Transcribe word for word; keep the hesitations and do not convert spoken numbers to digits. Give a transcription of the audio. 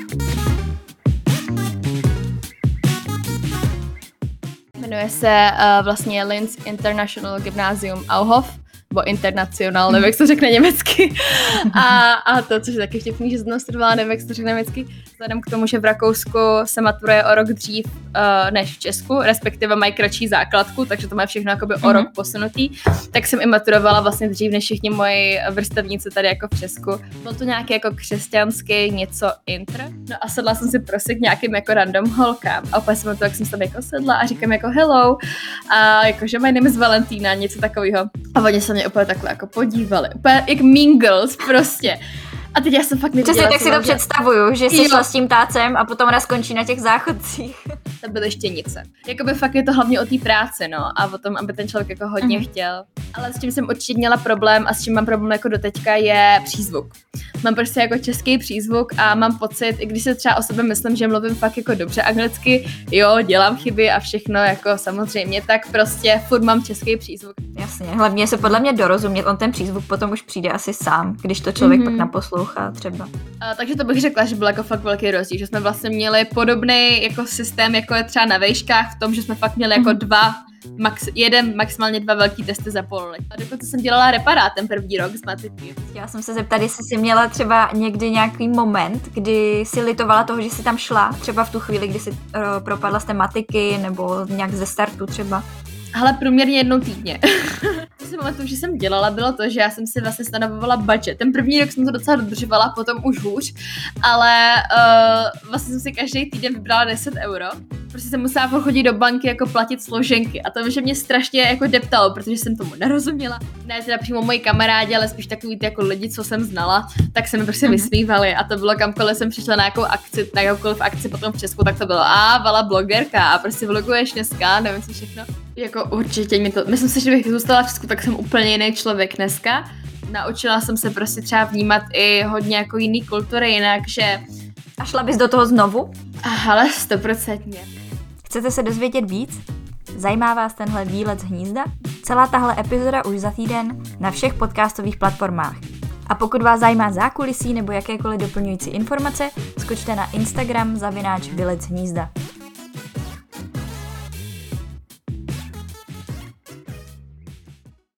Jmenuje se uh, vlastně Linz International Gymnasium Auhof, nebo International, nevím, jak se to řekne německy. A, a to, což je taky vtipný, že jsem studovala, nevím, jak se to řekne německy, vzhledem k tomu, že v Rakousku se maturuje o rok dřív uh, než v Česku, respektive mají kratší základku, takže to má všechno jakoby mm-hmm. o rok posunutý, tak jsem i maturovala vlastně dřív než všichni moji vrstevníci tady jako v Česku. Byl to nějaký jako křesťanský něco intr. No a sedla jsem si prostě k nějakým jako random holkám. A opět jsem to, jak jsem tam jako sedla a říkám jako hello. A jakože my name is Valentína, něco takového. A oni se mě úplně takhle jako podívali. Úplně jak Mean Girls prostě. A teď já jsem fakt nevěděla. Přesně, tak si to dělat. Představuju, že jsi šla s tím tácem a potom ona skončí na těch záchodcích. To byly štěnice. Jakoby fakt je to hlavně o té práci, no, a o tom, aby ten člověk jako hodně mm. chtěl. Ale s čím jsem určitě měla problém a s čím mám problém jako doteďka je přízvuk. Mám prostě jako český přízvuk a mám pocit, i když se třeba o sobě myslím, že mluvím fakt jako dobře anglicky, jo, dělám chyby a všechno jako samozřejmě, tak prostě furt mám český přízvuk. Jasně, hlavně se podle mě dorozumět, on ten přízvuk potom už přijde asi sám, když to člověk mm-hmm. pak naposlouchá třeba. A, takže to bych řekla, že byl jako fakt velký rozdíl, že jsme vlastně měli podobný jako systém, jako je třeba na vejškách v tom, že jsme fakt měli jako mm-hmm. dva Max, jeden, maximálně dva velký testy za pololet. A dokonce jsem dělala reparát ten první rok z matiky. Já jsem se zeptat, jestli jsi měla třeba někdy nějaký moment, kdy jsi litovala toho, že jsi tam šla, třeba v tu chvíli, kdy jsi uh, propadla z té matiky, nebo nějak ze startu třeba. Ale průměrně jednou týdně. Co si pamatuju, že jsem dělala, bylo to, že já jsem si vlastně stanovovala budget. Ten první rok jsem to docela dodržovala, potom už hůř, ale uh, vlastně jsem si každý týden vybrala deset euro. Prostě jsem musela chodit do banky jako platit složenky a to že mě strašně jako deptalo, protože jsem tomu nerozuměla. Ne teda přímo moji kamarádi, ale spíš takový ty jako lidi, co jsem znala, tak se mi prostě vysmívali a to bylo kamkoliv jsem přišla na nějakou akci, na jakoukoliv akci potom v Česku, tak to bylo a vala blogerka a prostě vloguješ dneska, nevím co všechno. Jako určitě mi to, myslím si, že bych zůstala v Česku, tak jsem úplně jiný člověk dneska. Naučila jsem se prostě třeba vnímat i hodně jako jiný kultury jinak, že... A šla bys do toho znovu? Ale stoprocentně. Chcete se dozvědět víc? Zajímá vás tenhle výlet z hnízda? Celá tahle epizoda už za týden na všech podcastových platformách. A pokud vás zajímá zákulisí nebo jakékoliv doplňující informace, skočte na Instagram zavináč výlet z hnízda.